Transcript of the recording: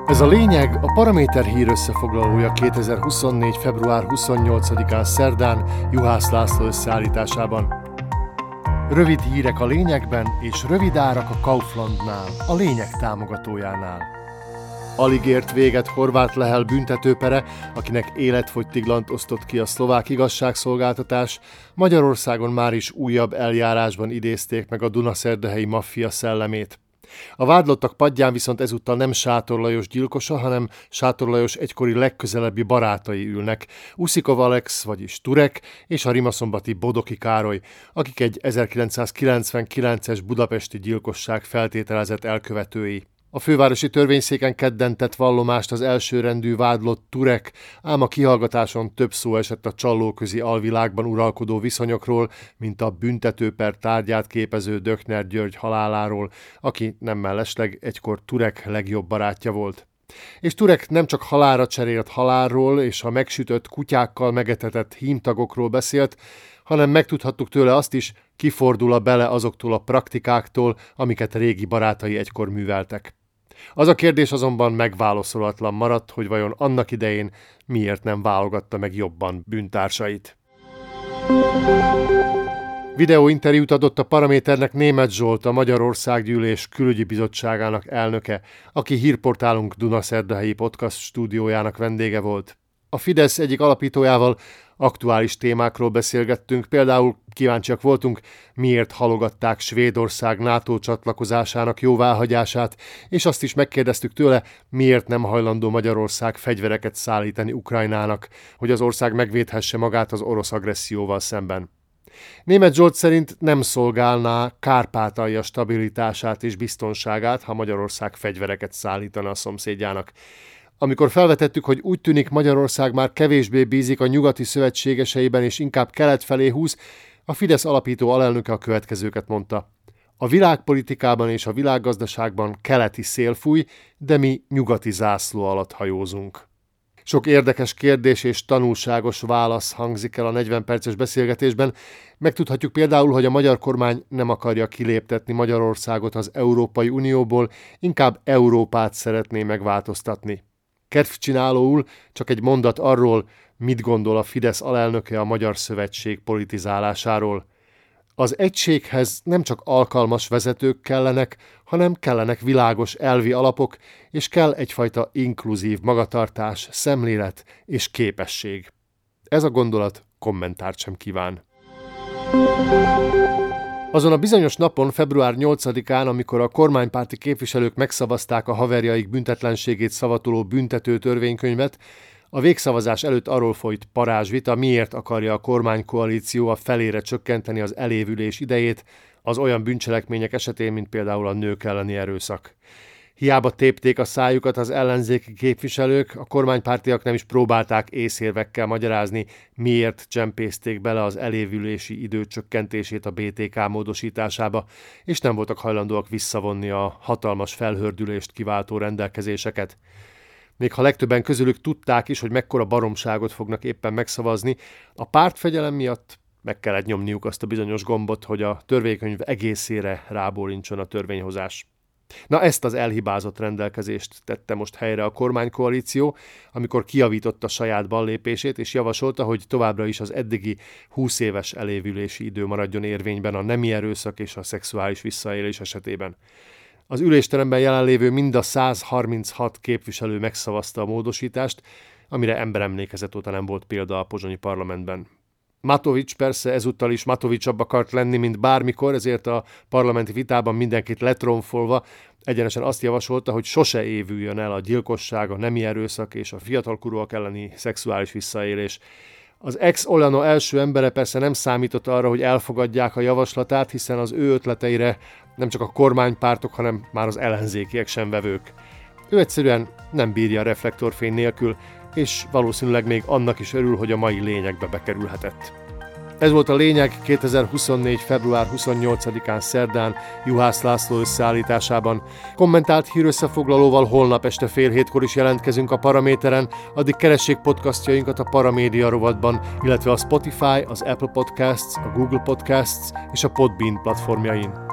Ez a lényeg a Paraméter hír összefoglalója 2024. február 28-án szerdán Juhász László összeállításában. Rövid hírek a lényegben és rövid árak a Kauflandnál, a lényeg támogatójánál. Alig ért véget Horváth Lehel büntetőpere, akinek életfogytiglant osztott ki a szlovák igazságszolgáltatás, Magyarországon már is újabb eljárásban idézték meg a dunaszerdahelyi maffia szellemét. A vádlottak padján viszont ezúttal nem Sátor Lajos gyilkosa, hanem Sátor Lajos egykori legközelebbi barátai ülnek, Uszikov Alex, vagyis Turek, és a rimaszombati Bodoki Károly, akik egy 1999-es budapesti gyilkosság feltételezett elkövetői. A fővárosi törvényszéken kedden tett vallomást az elsőrendű vádlott Turek, ám a kihallgatáson több szó esett a csallóközi alvilágban uralkodó viszonyokról, mint a büntetőper tárgyát képező Dökner György haláláról, aki nem mellesleg egykor Turek legjobb barátja volt. És Turek nem csak halálra cserélt halálról és a megsütött kutyákkal megetetett hímtagokról beszélt, hanem megtudhattuk tőle azt is, kifordul bele azoktól a praktikáktól, amiket régi barátai egykor műveltek. Az a kérdés azonban megválaszolatlan maradt, hogy vajon annak idején miért nem válogatta meg jobban bűntársait. Videóinterjút adott a Paraméternek Németh Zsolt, a Magyarországgyűlés Külügyi Bizottságának elnöke, aki hírportálunk Dunaszerdahelyi podcast stúdiójának vendége volt. A Fidesz egyik alapítójával aktuális témákról beszélgettünk, például kíváncsiak voltunk, miért halogatták Svédország NATO csatlakozásának jóváhagyását, és azt is megkérdeztük tőle, miért nem hajlandó Magyarország fegyvereket szállítani Ukrajnának, hogy az ország megvédhesse magát az orosz agresszióval szemben. Németh Zsolt szerint nem szolgálná Kárpátalja stabilitását és biztonságát, ha Magyarország fegyvereket szállítana a szomszédjának. Amikor felvetettük, hogy úgy tűnik Magyarország már kevésbé bízik a nyugati szövetségeseiben és inkább kelet felé húz, a Fidesz alapító alelnöke a következőket mondta. A világpolitikában és a világgazdaságban keleti szél fúj, de mi nyugati zászló alatt hajózunk. Sok érdekes kérdés és tanulságos válasz hangzik el a 40 perces beszélgetésben. Megtudhatjuk például, hogy a magyar kormány nem akarja kiléptetni Magyarországot az Európai Unióból, inkább Európát szeretné megváltoztatni. Kedvcsinálóul csak egy mondat arról, mit gondol a Fidesz alelnöke a Magyar Szövetség politizálásáról. Az egységhez nem csak alkalmas vezetők kellenek, hanem kellenek világos elvi alapok, és kell egyfajta inkluzív magatartás, szemlélet és képesség. Ez a gondolat kommentárt sem kíván. Azon a bizonyos napon, február 8-án, amikor a kormánypárti képviselők megszavazták a haverjaik büntetlenségét szavatoló büntető törvénykönyvet, a végszavazás előtt arról folyt parázsvita, miért akarja a kormánykoalíció a felére csökkenteni az elévülés idejét az olyan bűncselekmények esetén, mint például a nők elleni erőszak. Hiába tépték a szájukat az ellenzéki képviselők, a kormánypártiak nem is próbálták észérvekkel magyarázni, miért csempészték bele az elévülési idő csökkentését a BTK módosításába, és nem voltak hajlandóak visszavonni a hatalmas felhördülést kiváltó rendelkezéseket. Még ha legtöbben közülük tudták is, hogy mekkora baromságot fognak éppen megszavazni, a pártfegyelem miatt meg kellett nyomniuk azt a bizonyos gombot, hogy a törvénykönyv egészére rábólincson a törvényhozás. Na, ezt az elhibázott rendelkezést tette most helyre a kormánykoalíció, amikor kijavította saját ballépését, és javasolta, hogy továbbra is az eddigi 20 éves elévülési idő maradjon érvényben a nemi erőszak és a szexuális visszaélés esetében. Az ülésteremben jelenlévő mind a 136 képviselő megszavazta a módosítást, amire emberemlékezet óta nem volt példa a pozsonyi parlamentben. Matovics persze ezúttal is Matovicsabb akart lenni, mint bármikor, ezért a parlamenti vitában mindenkit letronfolva egyenesen azt javasolta, hogy sose évüljön el a gyilkosság, a nemi erőszak és a fiatalkorúak elleni szexuális visszaélés. Az ex-Olano első embere persze nem számított arra, hogy elfogadják a javaslatát, hiszen az ő ötleteire nem csak a kormánypártok, hanem már az ellenzékiek sem vevők. Ő egyszerűen nem bírja a reflektorfény nélkül, és valószínűleg még annak is örül, hogy a mai lényegbe bekerülhetett. Ez volt a lényeg 2024. február 28-án szerdán Juhász László összeállításában. Kommentált hírösszefoglalóval holnap este 6:30 is jelentkezünk a Paraméteren, addig keressék podcastjainkat a Paramédia rovatban, illetve a Spotify, az Apple Podcasts, a Google Podcasts és a Podbean platformjain.